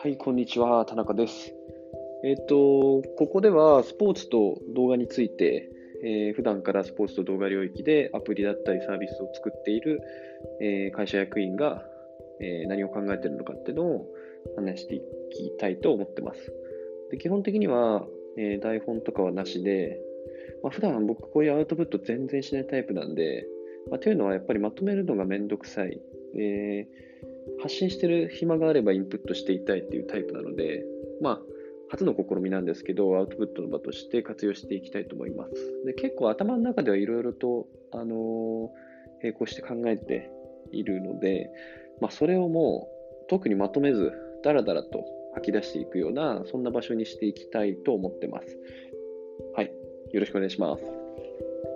はい、こんにちは。田中です。ここではスポーツと動画について、普段からスポーツと動画領域でアプリだったりサービスを作っている、会社役員が、何を考えているのかっていうのを話していきたいと思ってます。で、基本的には、台本とかはなしで、普段僕こういうアウトプット全然しないタイプなんで、というのはやっぱりまとめるのがめんどくさい。発信してる暇があればインプットしていたいっていうタイプなので、初の試みなんですけど、アウトプットの場として活用していきたいと思います。で、結構頭の中ではいろいろと、並行して考えているので、それをもう特にまとめず、だらだらと吐き出していくような、そんな場所にしていきたいと思ってます。はい。よろしくお願いします。